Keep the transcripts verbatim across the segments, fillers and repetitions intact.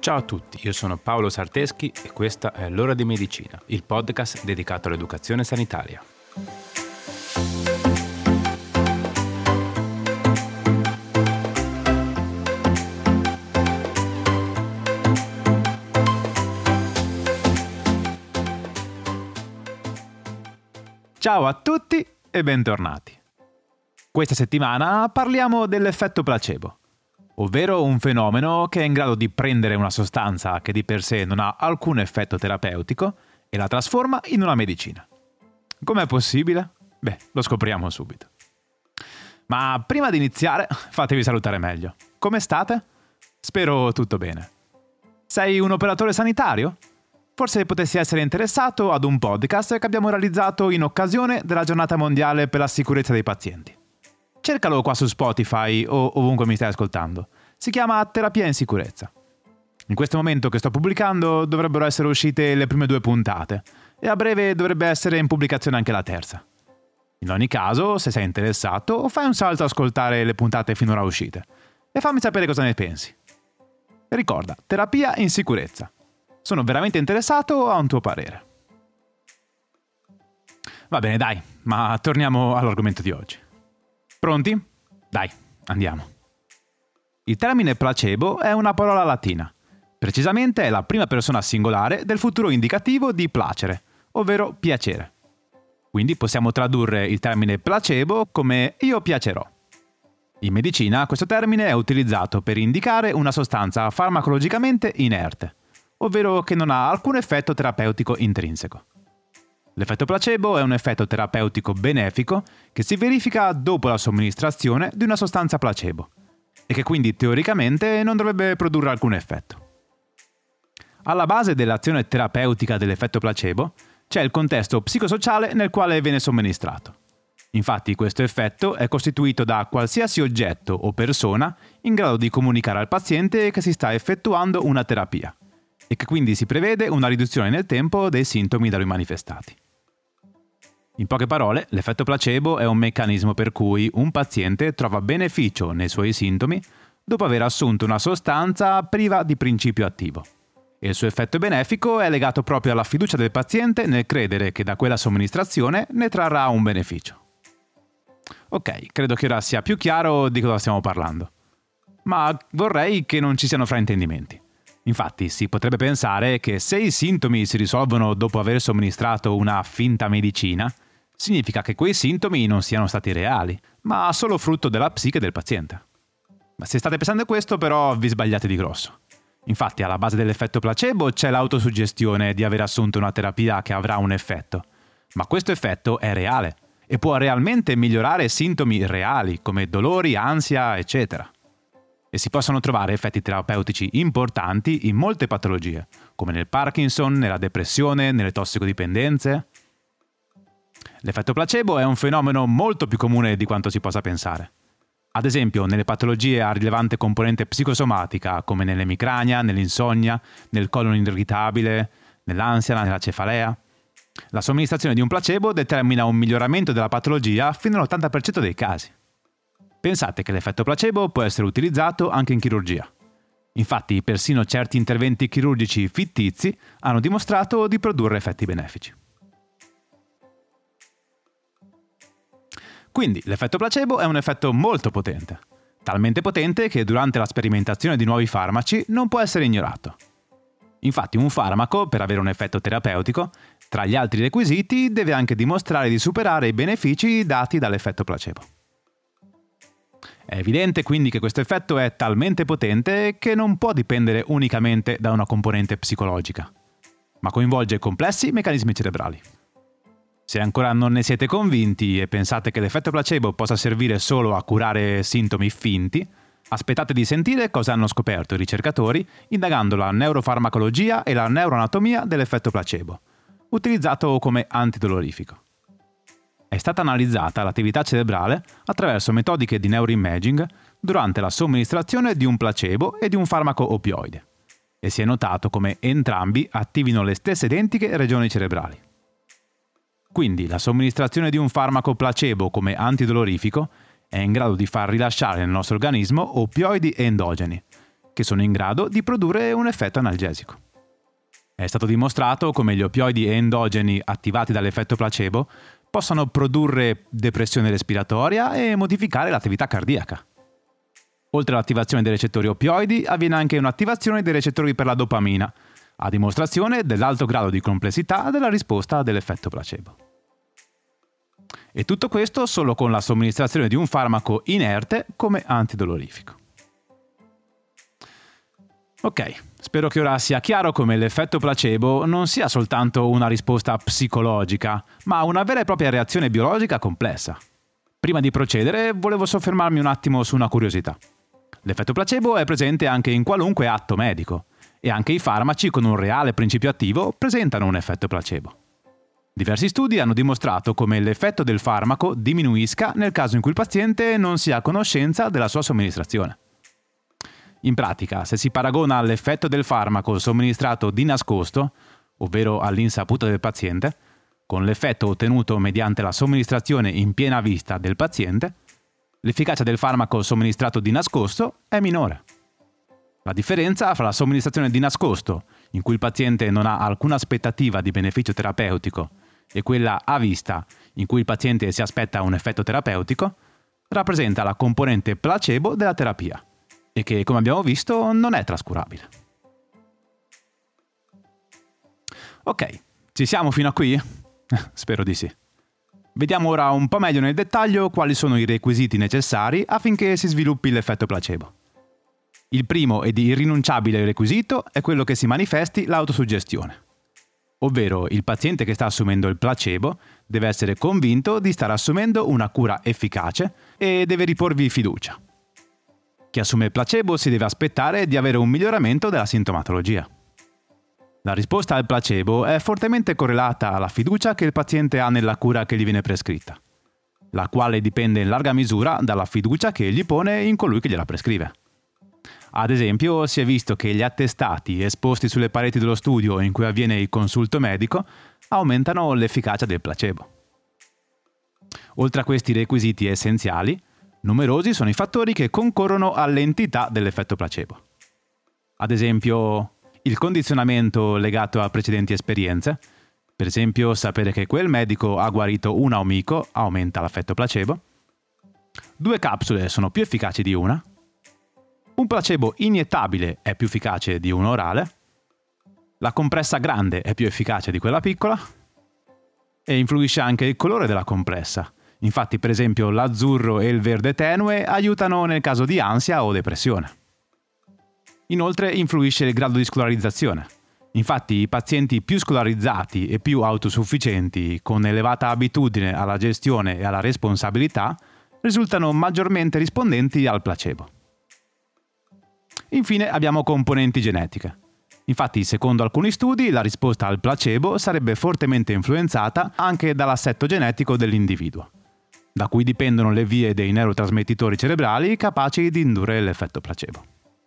Ciao a tutti, io sono Paolo Sarteschi e questa è L'Ora di Medicina, il podcast dedicato all'educazione sanitaria. Ciao a tutti e bentornati. Questa settimana parliamo dell'effetto placebo, ovvero un fenomeno che è in grado di prendere una sostanza che di per sé non ha alcun effetto terapeutico e la trasforma in una medicina. Com'è possibile? Beh, lo scopriamo subito. Ma prima di iniziare, fatevi salutare meglio. Come state? Spero tutto bene. Sei un operatore sanitario? Forse potessi essere interessato ad un podcast che abbiamo realizzato in occasione della Giornata Mondiale per la Sicurezza dei Pazienti. Cercalo qua su Spotify o ovunque mi stai ascoltando. Si chiama Terapia in Sicurezza. In questo momento che sto pubblicando dovrebbero essere uscite le prime due puntate e a breve dovrebbe essere in pubblicazione anche la terza. In ogni caso, se sei interessato, fai un salto a ascoltare le puntate finora uscite e fammi sapere cosa ne pensi. E ricorda, Terapia in Sicurezza. Sono veramente interessato a un tuo parere. Va bene, dai, ma torniamo all'argomento di oggi. Pronti? Dai, andiamo. Il termine placebo è una parola latina. Precisamente è la prima persona singolare del futuro indicativo di placere, ovvero piacere. Quindi possiamo tradurre il termine placebo come io piacerò. In medicina questo termine è utilizzato per indicare una sostanza farmacologicamente inerte, ovvero che non ha alcun effetto terapeutico intrinseco. L'effetto placebo è un effetto terapeutico benefico che si verifica dopo la somministrazione di una sostanza placebo e che quindi teoricamente non dovrebbe produrre alcun effetto. Alla base dell'azione terapeutica dell'effetto placebo c'è il contesto psicosociale nel quale viene somministrato. Infatti questo effetto è costituito da qualsiasi oggetto o persona in grado di comunicare al paziente che si sta effettuando una terapia e che quindi si prevede una riduzione nel tempo dei sintomi da lui manifestati. In poche parole, l'effetto placebo è un meccanismo per cui un paziente trova beneficio nei suoi sintomi dopo aver assunto una sostanza priva di principio attivo. E il suo effetto benefico è legato proprio alla fiducia del paziente nel credere che da quella somministrazione ne trarrà un beneficio. Ok, credo che ora sia più chiaro di cosa stiamo parlando. Ma vorrei che non ci siano fraintendimenti. Infatti si potrebbe pensare che se i sintomi si risolvono dopo aver somministrato una finta medicina, significa che quei sintomi non siano stati reali, ma solo frutto della psiche del paziente. Ma se state pensando a questo, però vi sbagliate di grosso. Infatti alla base dell'effetto placebo c'è l'autosuggestione di aver assunto una terapia che avrà un effetto, ma questo effetto è reale e può realmente migliorare sintomi reali come dolori, ansia, eccetera. E si possono trovare effetti terapeutici importanti in molte patologie, come nel Parkinson, nella depressione, nelle tossicodipendenze. L'effetto placebo è un fenomeno molto più comune di quanto si possa pensare. Ad esempio, nelle patologie a rilevante componente psicosomatica, come nell'emicrania, nell'insonnia, nel colon irritabile, nell'ansia, nella cefalea, la somministrazione di un placebo determina un miglioramento della patologia fino all'ottanta per cento dei casi. Pensate che l'effetto placebo può essere utilizzato anche in chirurgia. Infatti, persino certi interventi chirurgici fittizi hanno dimostrato di produrre effetti benefici. Quindi, l'effetto placebo è un effetto molto potente, talmente potente che durante la sperimentazione di nuovi farmaci non può essere ignorato. Infatti, un farmaco, per avere un effetto terapeutico, tra gli altri requisiti, deve anche dimostrare di superare i benefici dati dall'effetto placebo. È evidente quindi che questo effetto è talmente potente che non può dipendere unicamente da una componente psicologica, ma coinvolge complessi meccanismi cerebrali. Se ancora non ne siete convinti e pensate che l'effetto placebo possa servire solo a curare sintomi finti, aspettate di sentire cosa hanno scoperto i ricercatori indagando la neurofarmacologia e la neuroanatomia dell'effetto placebo, utilizzato come antidolorifico. È stata analizzata l'attività cerebrale attraverso metodiche di neuroimaging durante la somministrazione di un placebo e di un farmaco opioide, e si è notato come entrambi attivino le stesse identiche regioni cerebrali. Quindi la somministrazione di un farmaco placebo come antidolorifico è in grado di far rilasciare nel nostro organismo opioidi endogeni, che sono in grado di produrre un effetto analgesico. È stato dimostrato come gli oppioidi endogeni attivati dall'effetto placebo possano produrre depressione respiratoria e modificare l'attività cardiaca. Oltre all'attivazione dei recettori oppioidi, avviene anche un'attivazione dei recettori per la dopamina, a dimostrazione dell'alto grado di complessità della risposta dell'effetto placebo. E tutto questo solo con la somministrazione di un farmaco inerte come antidolorifico. Ok, spero che ora sia chiaro come l'effetto placebo non sia soltanto una risposta psicologica, ma una vera e propria reazione biologica complessa. Prima di procedere, volevo soffermarmi un attimo su una curiosità. L'effetto placebo è presente anche in qualunque atto medico, e anche i farmaci con un reale principio attivo presentano un effetto placebo. Diversi studi hanno dimostrato come l'effetto del farmaco diminuisca nel caso in cui il paziente non sia a conoscenza della sua somministrazione. In pratica, se si paragona l'effetto del farmaco somministrato di nascosto, ovvero all'insaputa del paziente, con l'effetto ottenuto mediante la somministrazione in piena vista del paziente, l'efficacia del farmaco somministrato di nascosto è minore. La differenza fra la somministrazione di nascosto, in cui il paziente non ha alcuna aspettativa di beneficio terapeutico, e quella a vista, in cui il paziente si aspetta un effetto terapeutico, rappresenta la componente placebo della terapia, e che, come abbiamo visto, non è trascurabile. Ok, ci siamo fino a qui? Spero di sì. Vediamo ora un po' meglio nel dettaglio quali sono i requisiti necessari affinché si sviluppi l'effetto placebo. Il primo ed irrinunciabile requisito è quello che si manifesti l'autosuggestione, ovvero il paziente che sta assumendo il placebo deve essere convinto di stare assumendo una cura efficace e deve riporvi fiducia. Chi assume il placebo si deve aspettare di avere un miglioramento della sintomatologia. La risposta al placebo è fortemente correlata alla fiducia che il paziente ha nella cura che gli viene prescritta, la quale dipende in larga misura dalla fiducia che egli pone in colui che gliela prescrive. Ad esempio, si è visto che gli attestati esposti sulle pareti dello studio in cui avviene il consulto medico aumentano l'efficacia del placebo. Oltre a questi requisiti essenziali, numerosi sono i fattori che concorrono all'entità dell'effetto placebo. Ad esempio, il condizionamento legato a precedenti esperienze, per esempio sapere che quel medico ha guarito un amico aumenta l'effetto placebo, due capsule sono più efficaci di una, un placebo iniettabile è più efficace di uno orale, la compressa grande è più efficace di quella piccola e influisce anche il colore della compressa. Infatti, per esempio, l'azzurro e il verde tenue aiutano nel caso di ansia o depressione. Inoltre influisce il grado di scolarizzazione. Infatti i pazienti più scolarizzati e più autosufficienti, con elevata abitudine alla gestione e alla responsabilità, risultano maggiormente rispondenti al placebo. Infine abbiamo componenti genetiche. Infatti, secondo alcuni studi, la risposta al placebo sarebbe fortemente influenzata anche dall'assetto genetico dell'individuo, da cui dipendono le vie dei neurotrasmettitori cerebrali capaci di indurre l'effetto placebo.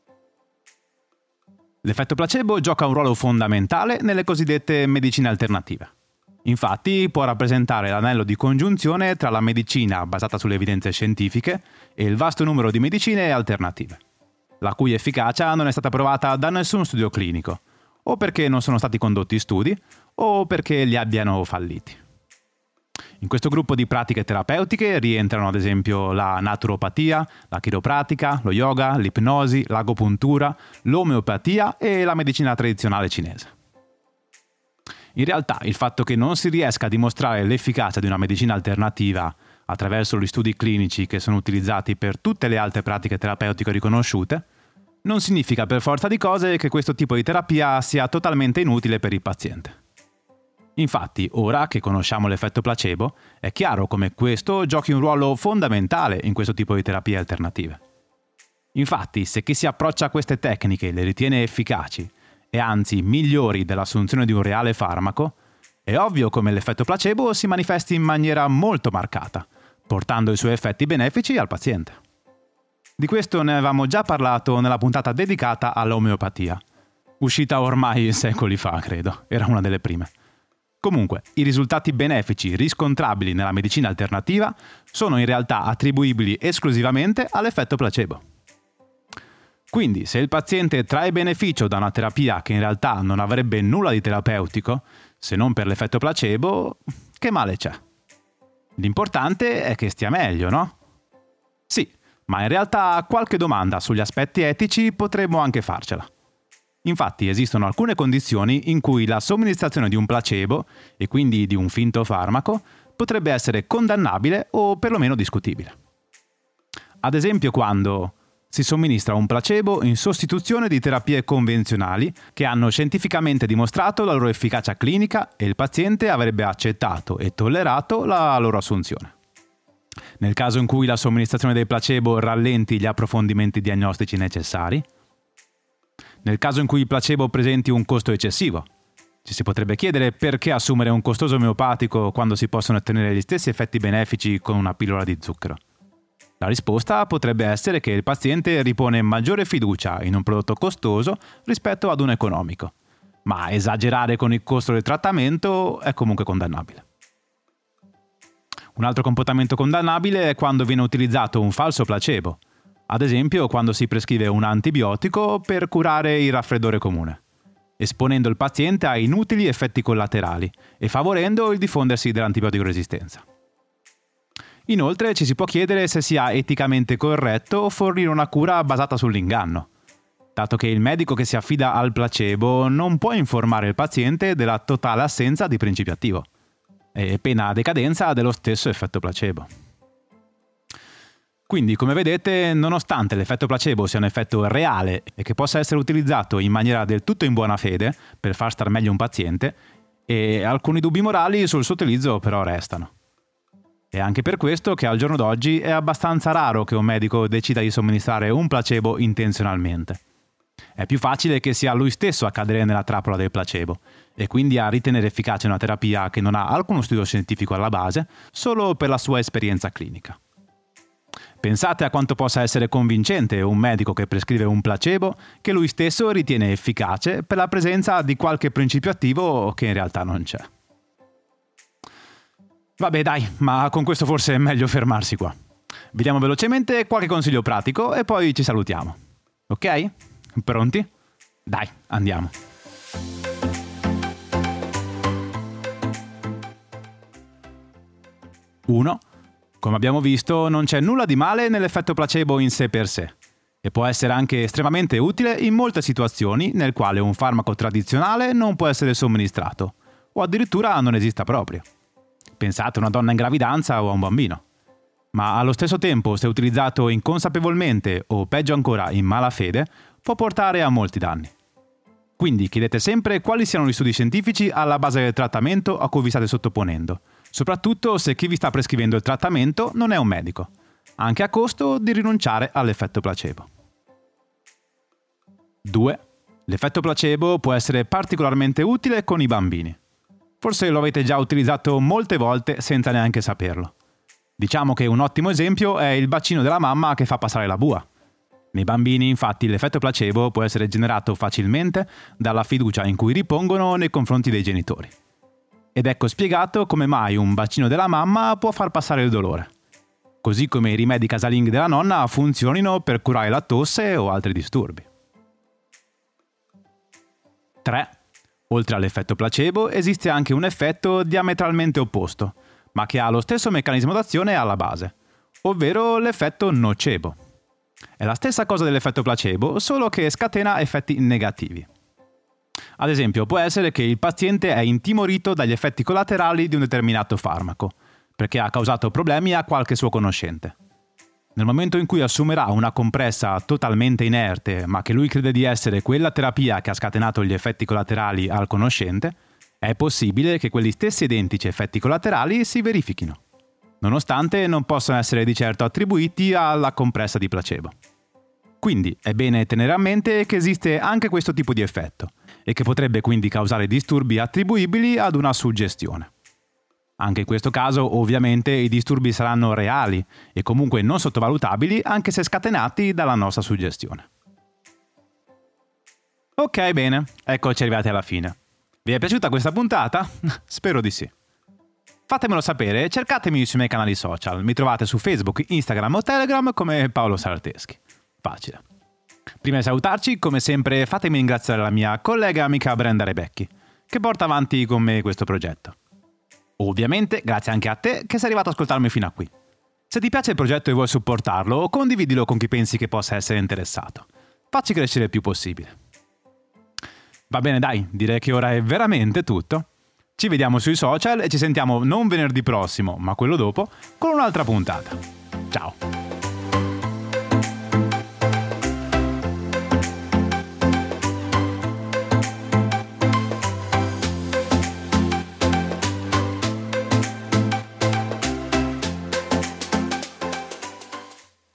L'effetto placebo gioca un ruolo fondamentale nelle cosiddette medicine alternative. Infatti, può rappresentare l'anello di congiunzione tra la medicina basata sulle evidenze scientifiche e il vasto numero di medicine alternative, la cui efficacia non è stata provata da nessun studio clinico, o perché non sono stati condotti studi, o perché li abbiano falliti. In questo gruppo di pratiche terapeutiche rientrano ad esempio la naturopatia, la chiropratica, lo yoga, l'ipnosi, l'agopuntura, l'omeopatia e la medicina tradizionale cinese. In realtà, il fatto che non si riesca a dimostrare l'efficacia di una medicina alternativa attraverso gli studi clinici che sono utilizzati per tutte le altre pratiche terapeutiche riconosciute, non significa per forza di cose che questo tipo di terapia sia totalmente inutile per il paziente. Infatti, ora che conosciamo l'effetto placebo, è chiaro come questo giochi un ruolo fondamentale in questo tipo di terapie alternative. Infatti, se chi si approccia a queste tecniche le ritiene efficaci e anzi migliori dell'assunzione di un reale farmaco, è ovvio come l'effetto placebo si manifesti in maniera molto marcata, portando i suoi effetti benefici al paziente. Di questo ne avevamo già parlato nella puntata dedicata all'omeopatia, uscita ormai secoli fa, credo, era una delle prime. Comunque, i risultati benefici riscontrabili nella medicina alternativa sono in realtà attribuibili esclusivamente all'effetto placebo. Quindi, se il paziente trae beneficio da una terapia che in realtà non avrebbe nulla di terapeutico, se non per l'effetto placebo, che male c'è? L'importante è che stia meglio, no? Sì, ma in realtà qualche domanda sugli aspetti etici potremmo anche farcela. Infatti esistono alcune condizioni in cui la somministrazione di un placebo, e quindi di un finto farmaco, potrebbe essere condannabile o perlomeno discutibile. Ad esempio quando si somministra un placebo in sostituzione di terapie convenzionali che hanno scientificamente dimostrato la loro efficacia clinica e il paziente avrebbe accettato e tollerato la loro assunzione. Nel caso in cui la somministrazione del placebo rallenti gli approfondimenti diagnostici necessari. Nel caso in cui il placebo presenti un costo eccessivo. Ci si potrebbe chiedere perché assumere un costoso omeopatico quando si possono ottenere gli stessi effetti benefici con una pillola di zucchero. La risposta potrebbe essere che il paziente ripone maggiore fiducia in un prodotto costoso rispetto ad un economico, ma esagerare con il costo del trattamento è comunque condannabile. Un altro comportamento condannabile è quando viene utilizzato un falso placebo, ad esempio quando si prescrive un antibiotico per curare il raffreddore comune, esponendo il paziente a inutili effetti collaterali e favorendo il diffondersi dell'antibiotico resistenza. Inoltre ci si può chiedere se sia eticamente corretto fornire una cura basata sull'inganno, dato che il medico che si affida al placebo non può informare il paziente della totale assenza di principio attivo, e pena decadenza dello stesso effetto placebo. Quindi, come vedete, nonostante l'effetto placebo sia un effetto reale e che possa essere utilizzato in maniera del tutto in buona fede per far star meglio un paziente, e alcuni dubbi morali sul suo utilizzo però restano. È anche per questo che al giorno d'oggi è abbastanza raro che un medico decida di somministrare un placebo intenzionalmente. È più facile che sia lui stesso a cadere nella trappola del placebo e quindi a ritenere efficace una terapia che non ha alcuno studio scientifico alla base solo per la sua esperienza clinica. Pensate a quanto possa essere convincente un medico che prescrive un placebo che lui stesso ritiene efficace per la presenza di qualche principio attivo che in realtà non c'è. Vabbè dai, ma con questo forse è meglio fermarsi qua. Vi diamo velocemente qualche consiglio pratico e poi ci salutiamo. Ok? Pronti? Dai, andiamo. uno. Come abbiamo visto, non c'è nulla di male nell'effetto placebo in sé per sé e può essere anche estremamente utile in molte situazioni nel quale un farmaco tradizionale non può essere somministrato o addirittura non esista proprio. Pensate a una donna in gravidanza o a un bambino. Ma allo stesso tempo, se utilizzato inconsapevolmente o peggio ancora in malafede, può portare a molti danni. Quindi chiedete sempre quali siano gli studi scientifici alla base del trattamento a cui vi state sottoponendo, soprattutto se chi vi sta prescrivendo il trattamento non è un medico, anche a costo di rinunciare all'effetto placebo. due. L'effetto placebo può essere particolarmente utile con i bambini. Forse lo avete già utilizzato molte volte senza neanche saperlo. Diciamo che un ottimo esempio è il bacino della mamma che fa passare la bua. Nei bambini, infatti, l'effetto placebo può essere generato facilmente dalla fiducia in cui ripongono nei confronti dei genitori. Ed ecco spiegato come mai un bacino della mamma può far passare il dolore, così come i rimedi casalinghi della nonna funzionino per curare la tosse o altri disturbi. tre. Oltre all'effetto placebo esiste anche un effetto diametralmente opposto, ma che ha lo stesso meccanismo d'azione alla base, ovvero l'effetto nocebo. È la stessa cosa dell'effetto placebo, solo che scatena effetti negativi. Ad esempio, può essere che il paziente è intimorito dagli effetti collaterali di un determinato farmaco, perché ha causato problemi a qualche suo conoscente. Nel momento in cui assumerà una compressa totalmente inerte, ma che lui crede di essere quella terapia che ha scatenato gli effetti collaterali al conoscente, è possibile che quegli stessi identici effetti collaterali si verifichino, nonostante non possano essere di certo attribuiti alla compressa di placebo. Quindi è bene tenere a mente che esiste anche questo tipo di effetto, e che potrebbe quindi causare disturbi attribuibili ad una suggestione. Anche in questo caso, ovviamente, i disturbi saranno reali e comunque non sottovalutabili anche se scatenati dalla nostra suggestione. Ok, bene, eccoci arrivati alla fine. Vi è piaciuta questa puntata? Spero di sì. Fatemelo sapere e cercatemi sui miei canali social. Mi trovate su Facebook, Instagram o Telegram come Paolo Sarteschi. Facile. Prima di salutarci, come sempre, fatemi ringraziare la mia collega amica Brenda Rebecchi, che porta avanti con me questo progetto. Ovviamente, grazie anche a te che sei arrivato ad ascoltarmi fino a qui. Se ti piace il progetto e vuoi supportarlo, condividilo con chi pensi che possa essere interessato. Facci crescere il più possibile. Va bene, dai, direi che ora è veramente tutto. Ci vediamo sui social e ci sentiamo non venerdì prossimo, ma quello dopo, con un'altra puntata. Ciao!